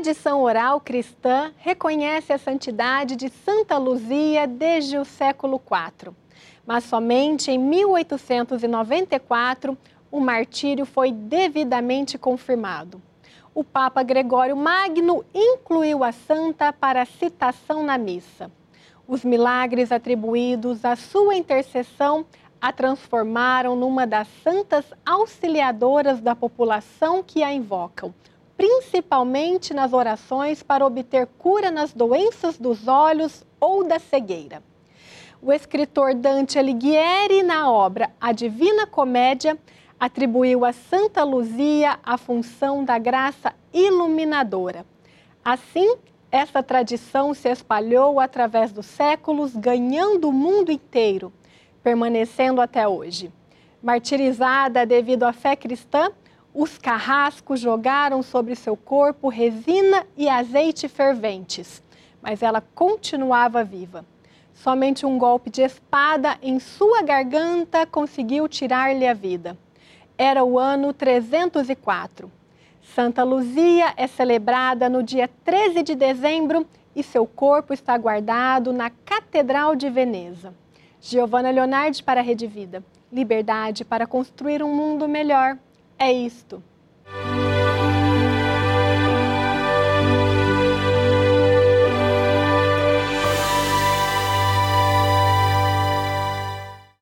tradição oral cristã reconhece a santidade de Santa Luzia desde o século IV. Mas somente em 1894 o martírio foi devidamente confirmado. O Papa Gregório Magno incluiu a santa para citação na missa. Os milagres atribuídos à sua intercessão a transformaram numa das santas auxiliadoras da população que a invocam, principalmente nas orações para obter cura nas doenças dos olhos ou da cegueira. O escritor Dante Alighieri, na obra A Divina Comédia, atribuiu a Santa Luzia a função da graça iluminadora. Assim, essa tradição se espalhou através dos séculos, ganhando o mundo inteiro, permanecendo até hoje. Martirizada devido à fé cristã, os carrascos jogaram sobre seu corpo resina e azeite ferventes, mas ela continuava viva. Somente um golpe de espada em sua garganta conseguiu tirar-lhe a vida. Era o ano 304. Santa Luzia é celebrada no dia 13 de dezembro e seu corpo está guardado na Catedral de Veneza. Giovanna Leonardi para a Rede Vida. Liberdade para construir um mundo melhor. É isto.